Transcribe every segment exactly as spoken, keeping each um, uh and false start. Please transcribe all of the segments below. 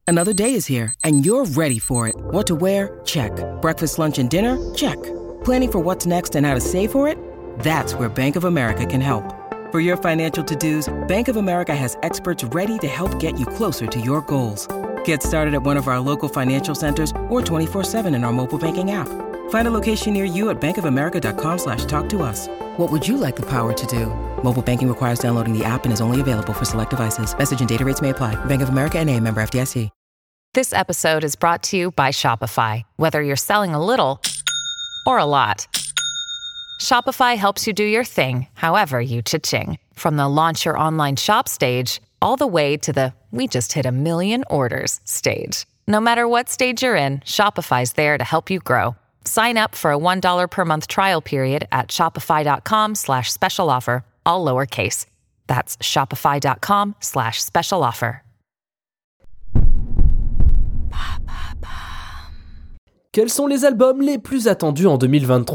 Another day is here, and you're ready for it. What to wear? Check. Breakfast, lunch, and dinner? Check. Planning for what's next and how to save for it? That's where Bank of America can help. For your financial to-dos, Bank of America has experts ready to help get you closer to your goals. Get started at one of our local financial centers or twenty-four seven in our mobile banking app. Find a location near you at bankofamerica.com slash talk to us. What would you like the power to do? Mobile banking requires downloading the app and is only available for select devices. Message and data rates may apply. Bank of America N A, member F D I C. This episode is brought to you by Shopify. Whether you're selling a little or a lot, Shopify helps you do your thing, however you cha-ching. From the launch your online shop stage, all the way to the we just hit a million orders stage. No matter what stage you're in, Shopify's there to help you grow. Sign up for a one dollar per month trial period at shopify.com slash special offer, all lowercase. That's shopify.com slash special offer. Quels sont les albums les plus attendus en deux mille vingt-trois ?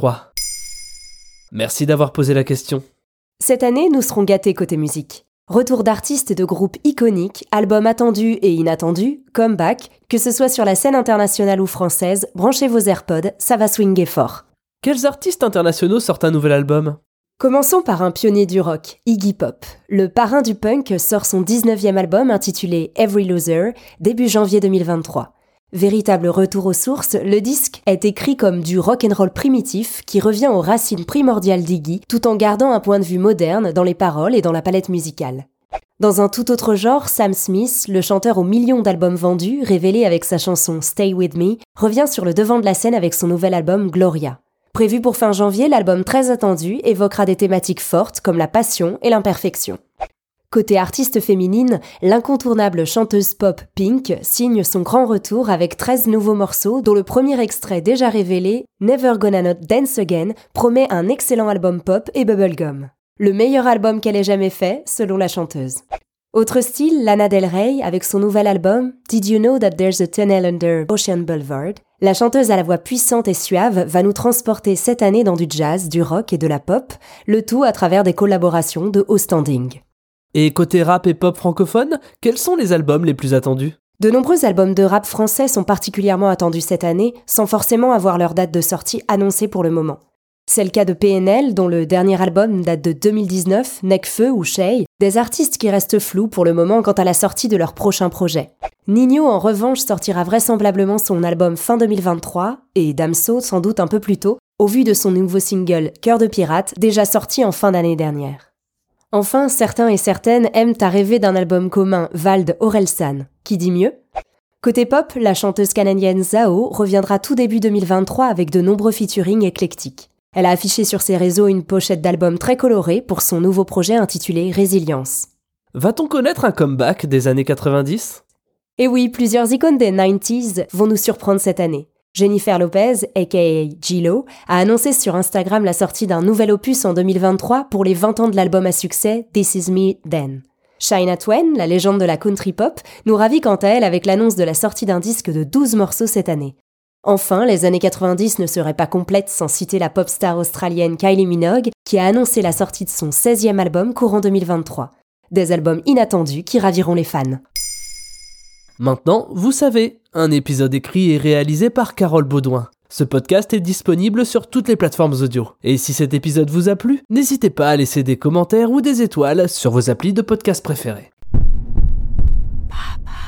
Merci d'avoir posé la question. Cette année, nous serons gâtés côté musique. Retour d'artistes et de groupes iconiques, albums attendus et inattendus, comeback, que ce soit sur la scène internationale ou française, branchez vos AirPods, ça va swinguer fort. Quels artistes internationaux sortent un nouvel album ? Commençons par un pionnier du rock, Iggy Pop. Le parrain du punk sort son dix-neuvième album intitulé Every Loser, début janvier deux mille vingt-trois. Véritable retour aux sources, le disque est écrit comme du rock'n'roll primitif qui revient aux racines primordiales d'Iggy tout en gardant un point de vue moderne dans les paroles et dans la palette musicale. Dans un tout autre genre, Sam Smith, le chanteur aux millions d'albums vendus, révélé avec sa chanson Stay With Me, revient sur le devant de la scène avec son nouvel album Gloria. Prévu pour fin janvier, l'album très attendu évoquera des thématiques fortes comme la passion et l'imperfection. Côté artiste féminine, l'incontournable chanteuse pop Pink signe son grand retour avec treize nouveaux morceaux dont le premier extrait déjà révélé, Never Gonna Not Dance Again, promet un excellent album pop et bubblegum. Le meilleur album qu'elle ait jamais fait, selon la chanteuse. Autre style, Lana Del Rey avec son nouvel album Did You Know That There's a Tunnel Under Ocean Boulevard? La chanteuse à la voix puissante et suave va nous transporter cette année dans du jazz, du rock et de la pop, le tout à travers des collaborations de haut standing. Et côté rap et pop francophone, quels sont les albums les plus attendus ? De nombreux albums de rap français sont particulièrement attendus cette année, sans forcément avoir leur date de sortie annoncée pour le moment. C'est le cas de P N L, dont le dernier album date de deux mille dix-neuf, Nekfeu ou Shay, des artistes qui restent flous pour le moment quant à la sortie de leur prochain projet. Ninho, en revanche, sortira vraisemblablement son album fin deux mille vingt-trois, et Damso sans doute un peu plus tôt, au vu de son nouveau single « Cœur de pirate », déjà sorti en fin d'année dernière. Enfin, certains et certaines aiment à rêver d'un album commun Vald-Orelsan. Qui dit mieux ? Côté pop, la chanteuse canadienne Zao reviendra tout début deux mille vingt-trois avec de nombreux featuring éclectiques. Elle a affiché sur ses réseaux une pochette d'album très colorée pour son nouveau projet intitulé Résilience. Va-t-on connaître un comeback des années quatre-vingt-dix ? Et oui, plusieurs icônes des quatre-vingt-dix vont nous surprendre cette année. Jennifer Lopez, aka J-Lo, a annoncé sur Instagram la sortie d'un nouvel opus en deux mille vingt-trois pour les vingt ans de l'album à succès This Is Me Then. Shania Twain, la légende de la country pop, nous ravit quant à elle avec l'annonce de la sortie d'un disque de douze morceaux cette année. Enfin, les années quatre-vingt-dix ne seraient pas complètes sans citer la pop star australienne Kylie Minogue, qui a annoncé la sortie de son seizième album courant deux mille vingt-trois. Des albums inattendus qui raviront les fans. Maintenant, vous savez, un épisode écrit et réalisé par Carole Baudouin. Ce podcast est disponible sur toutes les plateformes audio. Et si cet épisode vous a plu, n'hésitez pas à laisser des commentaires ou des étoiles sur vos applis de podcast préférés. Papa.